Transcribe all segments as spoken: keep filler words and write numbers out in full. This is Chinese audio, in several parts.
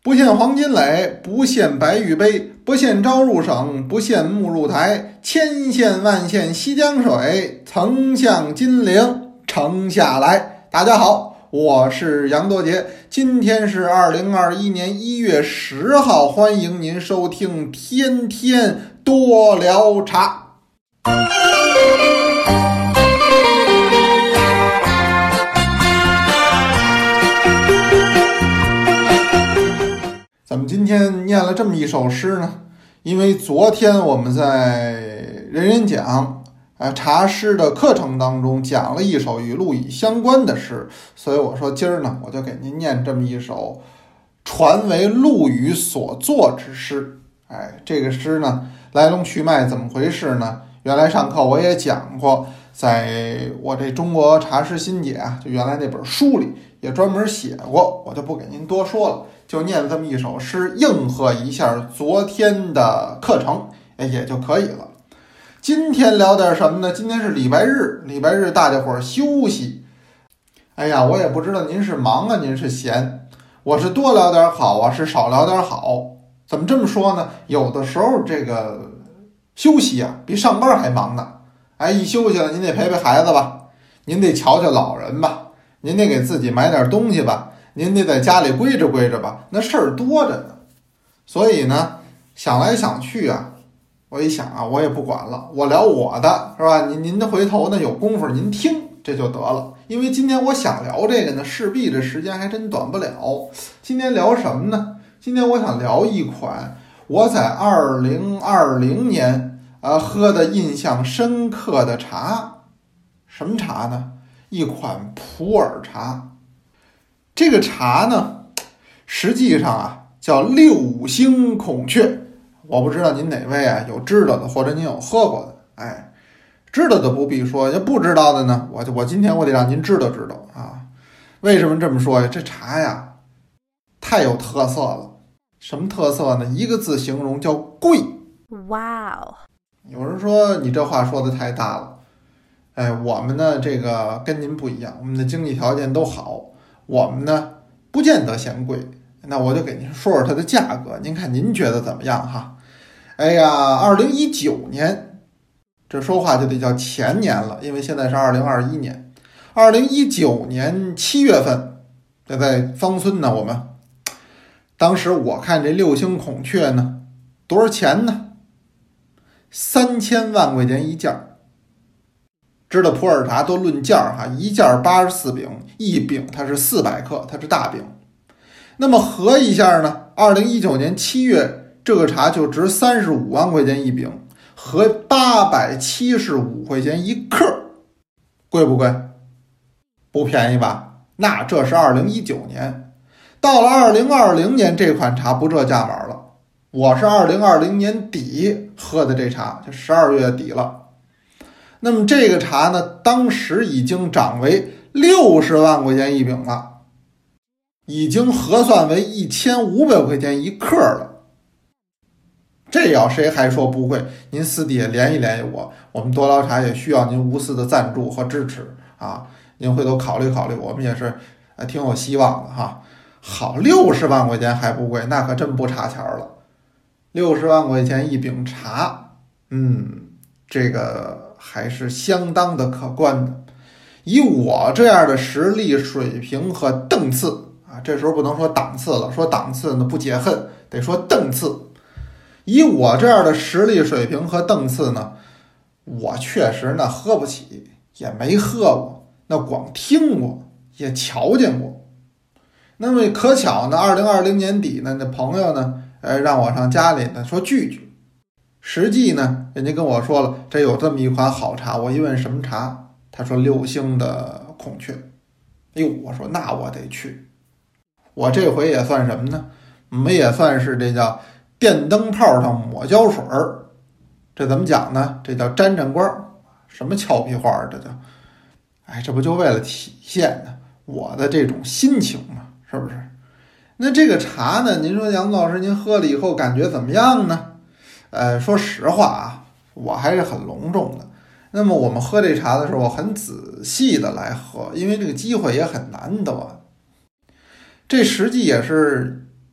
不羡黄金垒，不羡白玉杯，不羡朝入省，不羡暮入台。千羡万羡西江水，曾向金陵城下来。大家好，我是杨多杰，今天是二零二一年一月十号，欢迎您收听天天多聊茶。咱们今天念了这么一首诗呢，因为昨天我们在人人讲啊茶诗的课程当中讲了一首与陆羽相关的诗，所以我说今儿呢我就给您念这么一首传为陆羽所作之诗。哎，这个诗呢来龙去脉怎么回事呢？原来上课我也讲过，在我这中国茶诗心解啊，就原来那本书里也专门写过，我就不给您多说了，就念这么一首诗应和一下昨天的课程也就可以了。今天聊点什么呢？今天是礼拜日，礼拜日大家伙儿休息。哎呀，我也不知道您是忙啊您是闲，我是多聊点好啊是少聊点好。怎么这么说呢？有的时候这个休息啊比上班还忙呢。哎，一休息了您得陪陪孩子吧，您得瞧瞧老人吧，您得给自己买点东西吧，您得在家里归着归着吧，那事儿多着呢。所以呢想来想去啊，我一想啊我也不管了，我聊我的是吧，您您的回头呢有功夫您听这就得了。因为今天我想聊这个呢，势必这时间还真短不了。今天聊什么呢？今天我想聊一款我在二零二零年呃喝的印象深刻的茶。什么茶呢？一款普洱茶。这个茶呢实际上啊叫六星孔雀，我不知道您哪位啊有知道的，或者您有喝过的。哎，知道的不必说，要不知道的呢，我我今天我得让您知道知道啊。为什么这么说呀？这茶呀太有特色了。什么特色呢？一个字形容，叫贵。 哇哦！ 有人说你这话说的太大了。哎，我们呢这个跟您不一样，我们的经济条件都好，我们呢不见得嫌贵。那我就给您说说它的价格，您看您觉得怎么样哈？哎呀，二零一九年，这说话就得叫前年了，因为现在是二零二一年。二零一九年七月份，这在芳村呢，我们当时我看这六星孔雀呢，多少钱呢？三千万块钱一件。知道普洱茶都论件哈，一件八十四饼，一饼它是四百克，它是大饼。那么合一下呢，二零一九年七月这个茶就值三十五万块钱一饼，合八百七十五块钱一克，贵不贵？不便宜吧？那这是二零一九年。到了二零二零年，这款茶不这价码了。我是二零二零年底喝的这茶，就十二月底了。那么这个茶呢，当时已经涨为六十万块钱一饼了，已经核算为一千五百块钱一克了。这要谁还说不贵，您私底下联系联系我，我们多聊茶也需要您无私的赞助和支持啊！您回头考虑考虑，我们也是挺有希望的哈。好，六十万块钱还不贵，那可真不差钱了。六十万块钱一饼茶，嗯，这个还是相当的可观的。以我这样的实力水平和档次啊，这时候不能说档次了，说档次呢不解恨，得说档次。以我这样的实力水平和档次呢，我确实呢喝不起，也没喝过，那光听过，也瞧见过。那么可巧呢，二零二零年底呢，那朋友呢，呃，让我上家里呢说聚聚。实际呢，人家跟我说了，这有这么一款好茶。我一问什么茶，他说六星的孔雀。哎呦，我说那我得去。我这回也算什么呢？我们也算是这叫电灯泡上抹胶水儿。这怎么讲呢？这叫沾沾光。什么俏皮话这叫？哎，这不就为了体现呢我的这种心情吗？是不是？那这个茶呢，您说杨老师您喝了以后感觉怎么样呢？呃，说实话啊，我还是很隆重的。那么我们喝这茶的时候，我很仔细的来喝，因为这个机会也很难得。这实际也是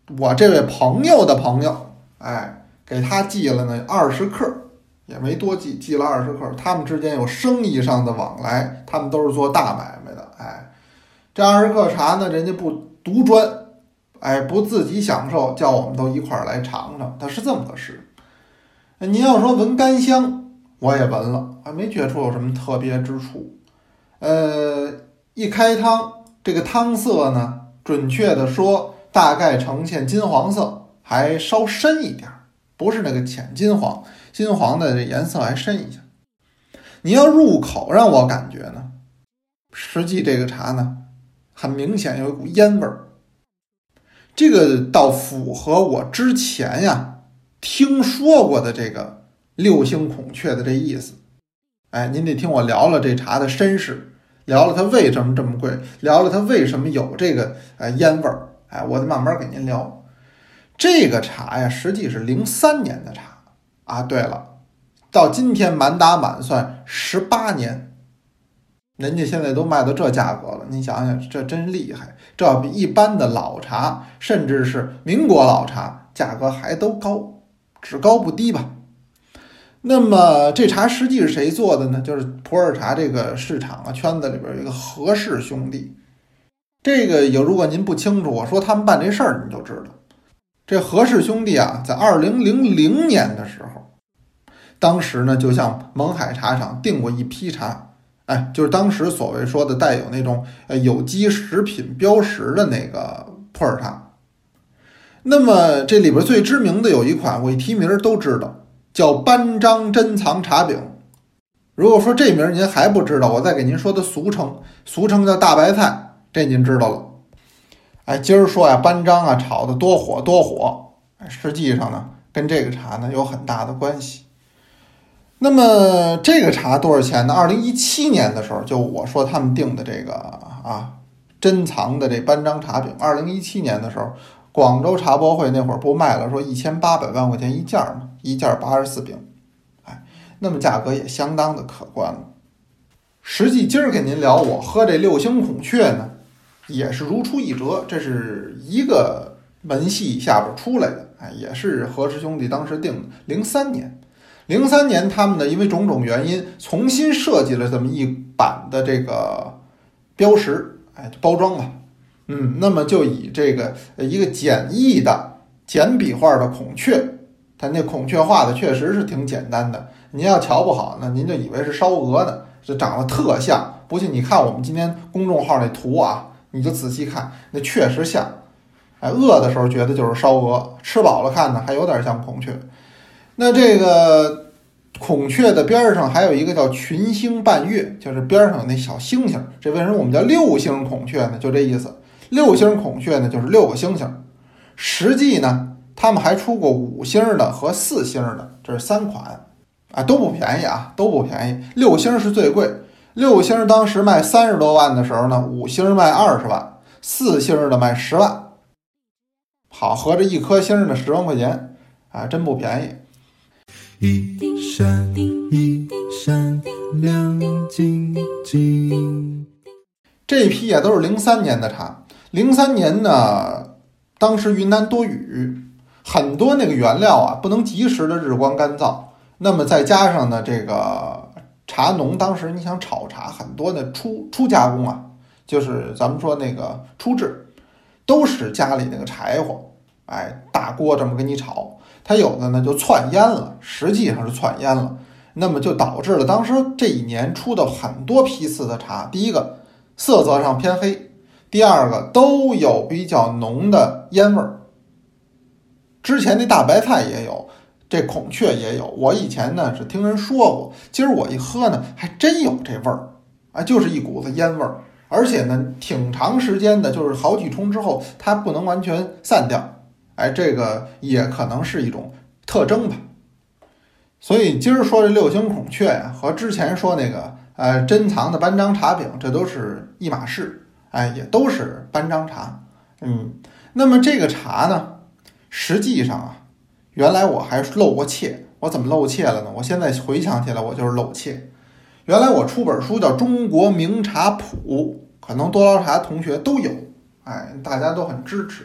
我这位朋友的朋友，哎，给他寄了呢二十克，也没多寄，寄了二十克。他们之间有生意上的往来，他们都是做大买卖的，哎，这二十克茶呢，人家不独专，哎，不自己享受，叫我们都一块儿来尝尝，它是这么个事。您要说闻干香，我也闻了，还没觉出有什么特别之处。呃，一开汤，这个汤色呢，准确的说，大概呈现金黄色，还稍深一点，不是那个浅金黄，金黄的这颜色还深一些。你要入口让我感觉呢，实际这个茶呢，很明显有一股烟味儿。这个倒符合我之前呀听说过的这个六星孔雀的这意思。哎，您得听我聊了这茶的身世，聊了它为什么这么贵，聊了它为什么有这个呃烟味儿。哎，我得慢慢给您聊。这个茶呀，实际是零三年的茶啊。对了，到今天满打满算十八年，人家现在都卖到这价格了，你想想，这真厉害。这要比一般的老茶，甚至是民国老茶，价格还都高，只高不低吧。那么这茶实际是谁做的呢？就是普洱茶这个市场啊圈子里边有一个何氏兄弟。这个有，如果您不清楚，我说他们办这事儿，你就知道。这何氏兄弟啊，在二零零零年的时候，当时呢就向勐海茶厂订过一批茶，哎，就是当时所谓说的带有那种呃有机食品标识的那个普洱茶。那么这里边最知名的有一款，我一提名都知道，叫班章珍藏茶饼。如果说这名您还不知道，我再给您说的俗称，俗称叫大白菜，这您知道了。哎，今儿说呀，班章啊炒的多火多火，实际上呢跟这个茶呢有很大的关系。那么这个茶多少钱呢？二零一七年的时候，就我说他们订的这个啊珍藏的这班章茶饼，二零一七年的时候，广州茶博会那会儿不卖了说一千八百万块钱一件吗？一件八十四饼，哎，那么价格也相当的可观了。实际今儿给您聊我喝这六星孔雀呢，也是如出一辙，这是一个门系下边出来的，哎，也是何氏兄弟当时定的，零三年，零三年他们呢因为种种原因重新设计了这么一版的这个标识，哎，包装吧，嗯，那么就以这个一个简易的简笔画的孔雀，它那孔雀画的确实是挺简单的，您要瞧不好呢，您就以为是烧鹅呢，就长得特像，不信你看我们今天公众号那图啊，你就仔细看，那确实像。哎，饿的时候觉得就是烧鹅，吃饱了看呢还有点像孔雀。那这个孔雀的边上还有一个叫群星伴月，就是边上有那小星星，这为什么我们叫六星孔雀呢？就这意思。六星孔雀呢就是六个星星，实际呢他们还出过五星的和四星的，这是三款啊，都不便宜啊，都不便宜。六星是最贵，六星当时卖三十多万的时候呢，五星卖二十万，四星的卖十万。好，合着一颗星的十万块钱啊，真不便宜。 一闪一闪亮晶晶。 这批啊都是零三年的茶。零三年呢，当时云南多雨，很多那个原料啊不能及时的日光干燥，那么再加上呢这个茶农当时你想炒茶，很多的初初加工啊，就是咱们说那个初制，都是家里那个柴火，哎，大锅这么给你炒，它有的呢就窜烟了，实际上是窜烟了，那么就导致了当时这一年出的很多批次的茶，第一个色泽上偏黑，第二个都有比较浓的烟味儿。之前那大白菜也有，这孔雀也有，我以前呢是听人说过，今儿我一喝呢还真有这味儿啊，就是一股子烟味儿，而且呢挺长时间的，就是好几冲之后它不能完全散掉，哎，这个也可能是一种特征吧。所以今儿说这六星孔雀呀、啊，和之前说那个呃珍藏的班章茶饼，这都是一码事，哎，也都是班章茶。嗯，那么这个茶呢，实际上啊，原来我还露过怯，我怎么露怯了呢？我现在回想起来，我就是露怯。原来我出本书叫《中国名茶谱》，可能多捞茶同学都有，哎，大家都很支持。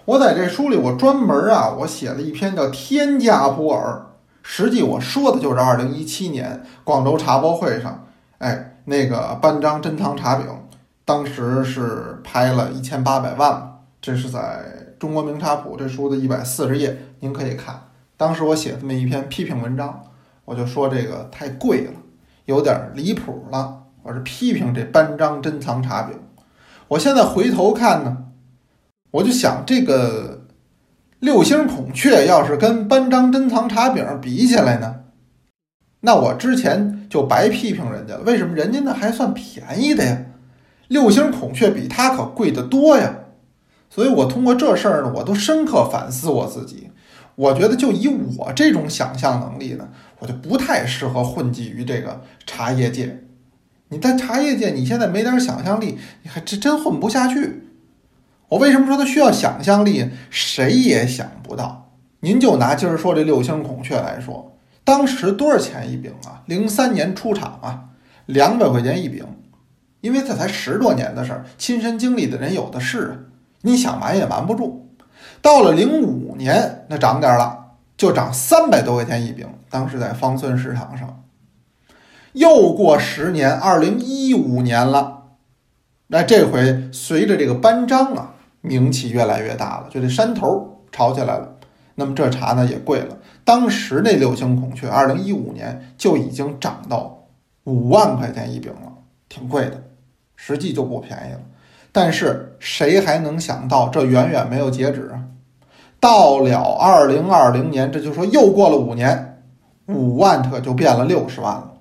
我在这书里我专门啊，我写了一篇叫《天价普洱》，实际我说的就是二零一七年广州茶博会上，哎，那个班章珍藏茶饼，当时是拍了一千八百万，这是在中国名茶谱这书的一百四十页，您可以看。当时我写这么一篇批评文章，我就说这个太贵了，有点离谱了，我是批评这班章珍藏茶饼。我现在回头看呢，我就想这个六星孔雀要是跟班章珍藏茶饼比起来呢，那我之前就白批评人家了。为什么人家那还算便宜的呀？六星孔雀比它可贵得多呀。所以我通过这事儿呢，我都深刻反思我自己。我觉得就以我这种想象能力呢，我就不太适合混迹于这个茶叶界。你在茶叶界，你现在没点想象力，你还真真混不下去。我为什么说它需要想象力？谁也想不到。您就拿今儿说这六星孔雀来说，当时多少钱一饼啊？零三年出厂啊，两百块钱一饼。因为这才十多年的事儿，亲身经历的人有的是，你想瞒也瞒不住。到了零五年，那涨点了，就涨三百多块钱一饼。当时在方村市场上，又过十年，二零一五年了。那这回随着这个班章啊，名气越来越大了，就这山头炒起来了。那么这茶呢也贵了。当时那六星孔雀，二零一五年就已经涨到五万块钱一饼了，挺贵的，实际就不便宜了。但是谁还能想到，这远远没有截止啊！到了二零二零年，这就说又过了五年，五万特就变了六十万了。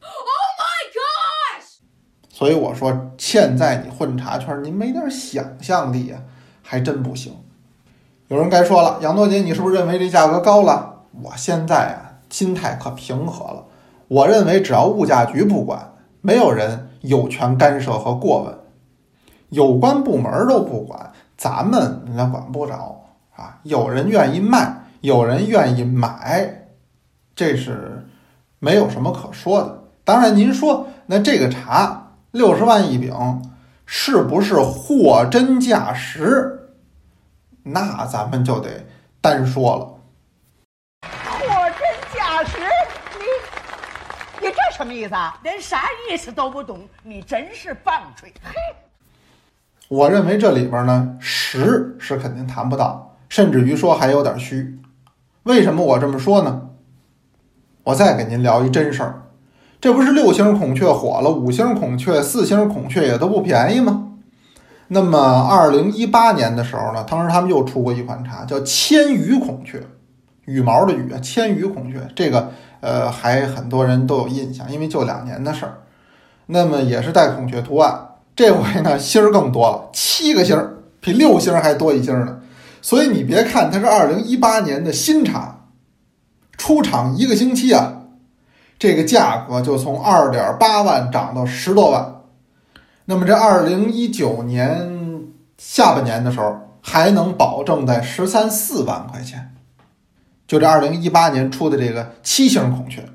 所以我说，现在你混茶圈，您没点想象力啊，还真不行。有人该说了，杨多杰，你是不是认为这价格高了？我现在啊，心态可平和了。我认为只要物价局不管，没有人有权干涉和过问，有关部门都不管，咱们那管不着啊。有人愿意卖，有人愿意买，这是没有什么可说的。当然，您说那这个茶六十万一饼，是不是货真价实？那咱们就得单说了。 货真价实？你你这什么意思啊？ 连啥意思都不懂，你真是棒槌！嘿， 我认为这里边呢，实是肯定谈不到，甚至于说还有点虚。为什么我这么说呢？我再给您聊一真事儿。这不是六星孔雀火了，五星孔雀、四星孔雀也都不便宜吗？那么二零一八年的时候呢，当时他们又出过一款茶，叫千羽孔雀，羽毛的羽啊，千羽孔雀，这个呃还很多人都有印象，因为就两年的事儿。那么也是带孔雀图案，这回呢星儿更多了，七个星儿，比六星还多一星呢。所以你别看它是二零一八年的新茶，出厂一个星期啊，这个价格就从 二点八万涨到十多万。那么这二零一九年下半年的时候，还能保证在十三四万块钱。就这二零一八年出的这个七星孔雀，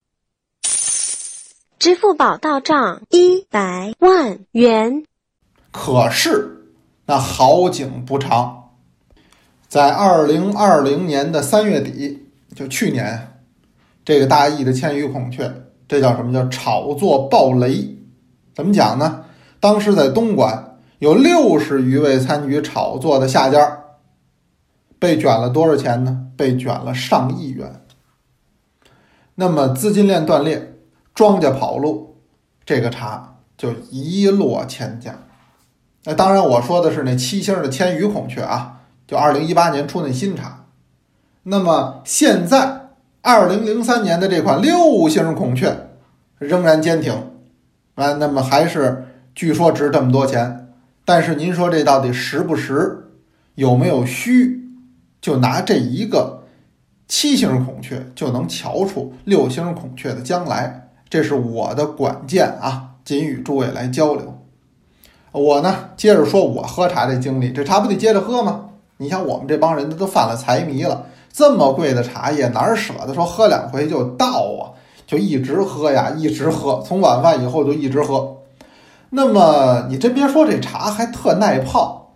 支付宝到账一百万元。 可是那好景不长，在二零二零年的三月底，就去年，这个大益的千羽孔雀，这叫什么？叫炒作暴雷。怎么讲呢？当时在东莞有六十余位参与炒作的下家，被卷了多少钱呢？被卷了上亿元。那么资金链断裂，庄家跑路，这个茶就一落千家。那当然我说的是那七星的千羽孔雀啊，就二零一八年出那新茶。那么现在二零零三年的这款六星孔雀仍然坚挺啊，那么还是据说值这么多钱。但是您说这到底实不实，有没有虚？就拿这一个七星孔雀就能瞧出六星孔雀的将来，这是我的管见啊，仅与诸位来交流。我呢接着说我喝茶这经历，这茶不得接着喝吗？你想我们这帮人都犯了财迷了，这么贵的茶叶哪舍得说喝两回就倒啊，就一直喝呀一直喝，从晚饭以后就一直喝。那么你真别说，这茶还特耐泡，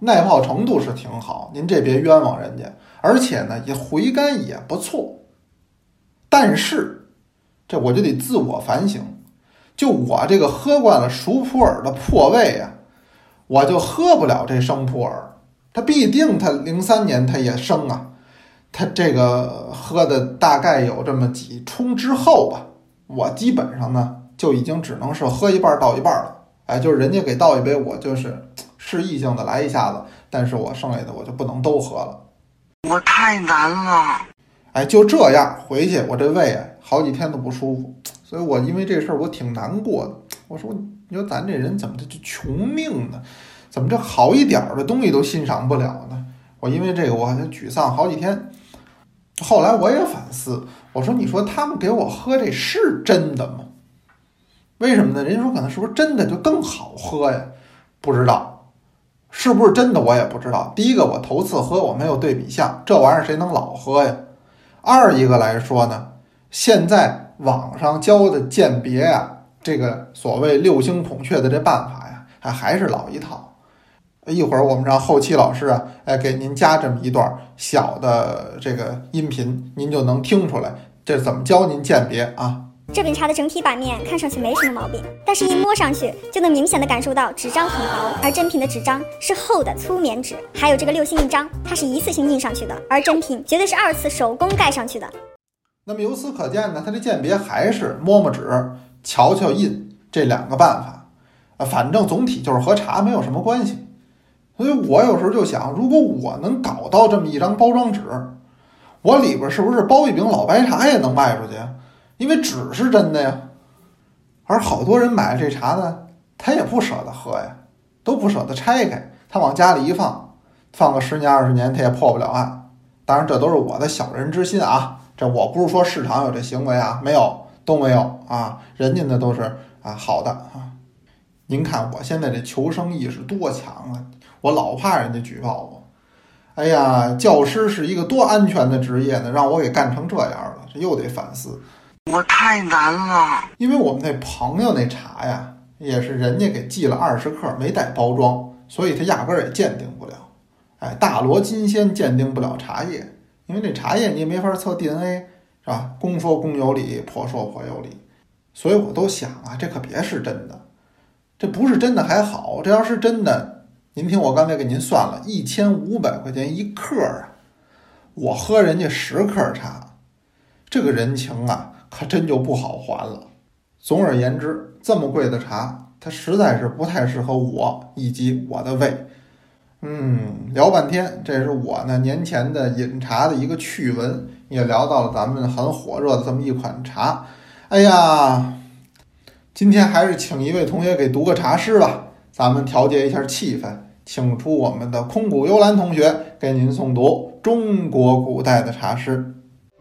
耐泡程度是挺好，您这别冤枉人家，而且呢也回甘也不错。但是这我就得自我反省，就我这个喝惯了熟普洱的破胃啊，我就喝不了这生普洱。它必定它零三年它也生啊，它这个喝的大概有这么几冲之后吧，我基本上呢就已经只能是喝一半倒一半了。哎，就是人家给倒一杯，我就是示意性的来一下子，但是我剩下的我就不能都喝了， 我太难了。 哎，就这样回去，我这胃啊好几天都不舒服，所以我因为这事儿我挺难过的。我说，你说咱这人怎么就穷命呢？怎么这好一点的东西都欣赏不了呢？我因为这个我好像沮丧好几天。后来我也反思，我说，你说他们给我喝这是真的吗？为什么呢？人家说可能是不是真的就更好喝呀？不知道，是不是真的我也不知道。第一个，我头次喝，我没有对比项，这玩意儿谁能老喝呀？二一个来说呢，现在网上教的鉴别啊，这个所谓六星孔雀的这办法呀，还还是老一套。一会儿我们让后期老师啊，哎，给您加这么一段小的这个音频，您就能听出来这怎么教您鉴别啊。 这本茶的整体版面看上去没什么毛病，但是一摸上去就能明显的感受到纸张很薄，而真品的纸张是厚的粗棉纸，还有这个六星印章，它是一次性印上去的，而真品绝对是二次手工盖上去的。 那么由此可见呢，它的鉴别还是摸摸纸、瞧瞧印这两个办法，啊，反正总体就是和茶没有什么关系。所以我有时候就想，如果我能搞到这么一张包装纸，我里边是不是包一饼老白茶也能卖出去？因为纸是真的呀。而好多人买这茶呢，他也不舍得喝呀，都不舍得拆开，他往家里一放，放个十年二十年，他也破不了案。当然，这都是我的小人之心啊，这我不是说市场有这行为啊，没有，都没有啊，人家那都是啊好的啊。您看我现在这求生意识多强啊！我老怕人家举报我。哎呀，教师是一个多安全的职业呢，让我给干成这样了，这又得反思。 我太难了。 因为我们那朋友那茶呀，也是人家给寄了二十克，没带包装，所以他压根儿也鉴定不了。哎，大罗金仙鉴定不了茶叶，因为这茶叶你也没法测 D N A， 是吧？公说公有理，婆说婆有理。所以我都想啊，这可别是真的。这不是真的还好，这要是真的，您听我刚才给您算了，一千五百块钱一克啊，我喝人家十克茶，这个人情啊，可真就不好还了。总而言之，这么贵的茶，它实在是不太适合我以及我的胃。嗯，聊半天，这是我呢年前的饮茶的一个趣闻，也聊到了咱们很火热的这么一款茶。哎呀，今天还是请一位同学给读个茶诗吧，咱们调节一下气氛，请出我们的空谷幽兰同学给您诵读中国古代的茶诗。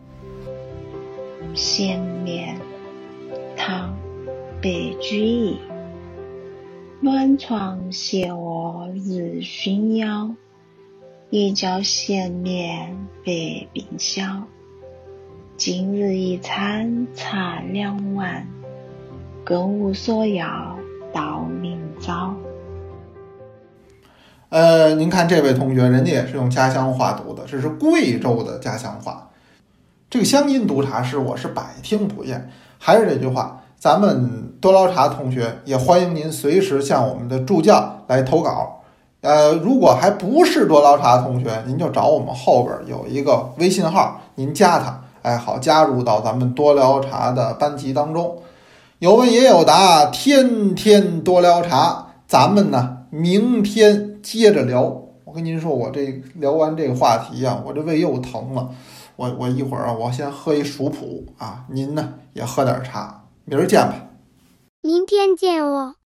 闲眠，唐，白居易。暖床斜卧日熏腰，一觉闲眠白鬓消。今日一餐茶两碗，更无所要到明早。 呃，您看这位同学，人家也是用家乡话读的，这是贵州的家乡话。这个乡音读茶诗，我是百听不厌。还是这句话，咱们多捞茶同学也欢迎您随时向我们的助教来投稿。呃，如果还不是多捞茶同学，您就找我们后边有一个微信号，您加他，哎，好加入到咱们多聊茶的班级当中。有问也有答，天天多聊茶，咱们呢明天接着聊。我跟您说，我这聊完这个话题啊，我这胃又疼了。我我一会儿啊，我先喝一熟普啊，您呢也喝点茶，明儿见吧。 明天见哦。